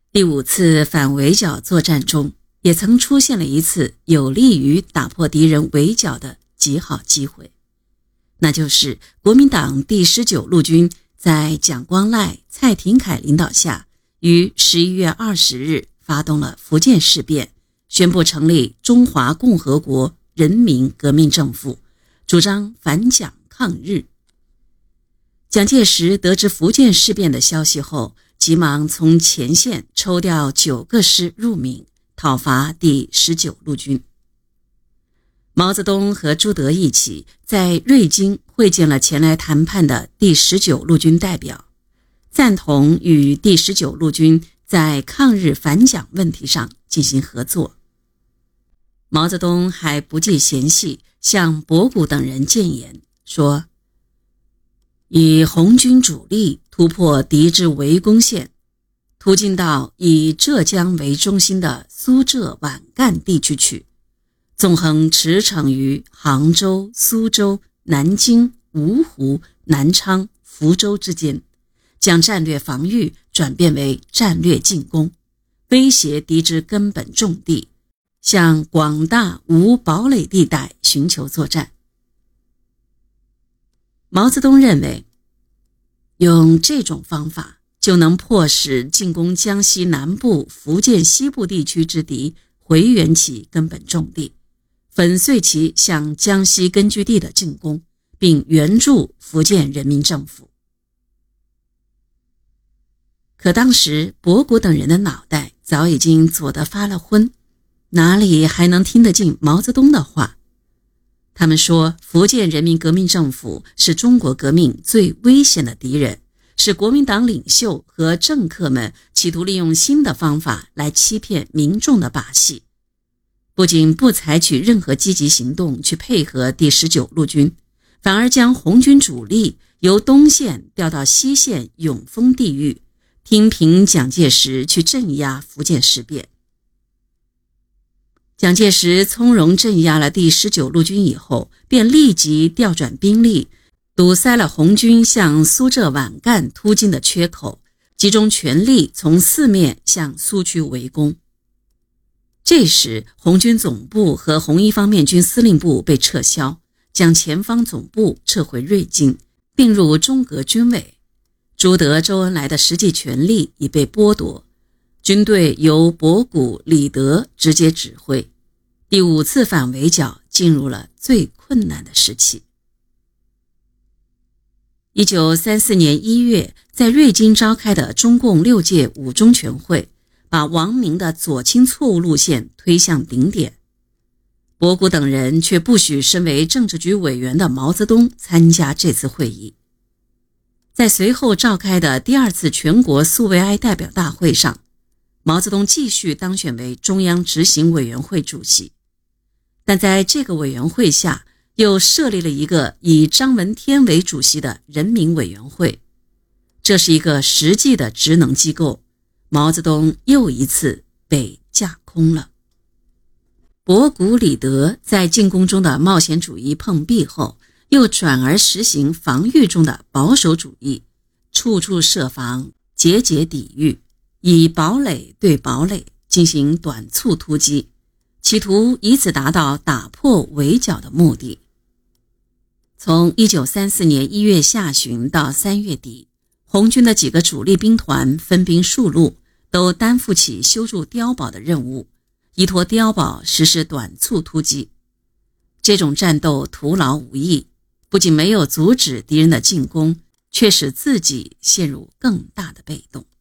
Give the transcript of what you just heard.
第5次反围剿作战中，也曾出现了一次有利于打破敌人围剿的极好机会，那就是国民党第19路军在蒋光鼐、蔡廷锴领导下，于11月20日发动了福建事变，宣布成立中华共和国人民革命政府，主张反蒋抗日。蒋介石得知福建事变的消息后，急忙从前线抽调9个师入闽，讨伐第19路军。毛泽东和朱德一起在瑞金会见了前来谈判的第19路军代表，赞同与第19路军在抗日反蒋问题上进行合作。毛泽东还不计嫌隙，向博古等人谏言说，以红军主力突破敌之围攻线，突进到以浙江为中心的苏浙皖赣地区去，纵横驰骋于杭州、苏州、南京、芜湖、南昌、福州之间，将战略防御转变为战略进攻，威胁敌之根本重地，向广大无堡垒地带寻求作战。毛泽东认为，用这种方法就能迫使进攻江西南部、福建西部地区之敌回援其根本重地，粉碎其向江西根据地的进攻，并援助福建人民政府。可当时博古等人的脑袋早已经左得发了昏，哪里还能听得进毛泽东的话？他们说，福建人民革命政府是中国革命最危险的敌人，是国民党领袖和政客们企图利用新的方法来欺骗民众的把戏。不仅不采取任何积极行动去配合第19路军，反而将红军主力由东线调到西线永丰地域，听凭蒋介石去镇压福建事变。蒋介石从容镇压了第19路军以后，便立即调转兵力，堵塞了红军向苏浙皖赣突进的缺口，集中全力从4面向苏区围攻。这时，红军总部和红一方面军司令部被撤销，将前方总部撤回瑞金，并入中革军委。朱德、周恩来的实际权力已被剥夺，军队由博古、李德直接指挥。第5次反围剿进入了最困难的时期。1934年1月，在瑞金召开的中共6届5中全会，把王明的左倾错误路线推向顶点。博古等人却不许身为政治局委员的毛泽东参加这次会议。在随后召开的第2次全国苏维埃代表大会上，毛泽东继续当选为中央执行委员会主席，但在这个委员会下又设立了一个以张闻天为主席的人民委员会，这是一个实际的职能机构。毛泽东又一次被架空了。博古、李德在进攻中的冒险主义碰壁后，又转而实行防御中的保守主义，处处设防，节节抵御，以堡垒对堡垒进行短促突击，企图以此达到打破围剿的目的。从1934年1月下旬到3月底，红军的几个主力兵团分兵数路，都担负起修筑碉堡的任务，依托碉堡实施短促突击。这种战斗徒劳无益，不仅没有阻止敌人的进攻，却使自己陷入更大的被动。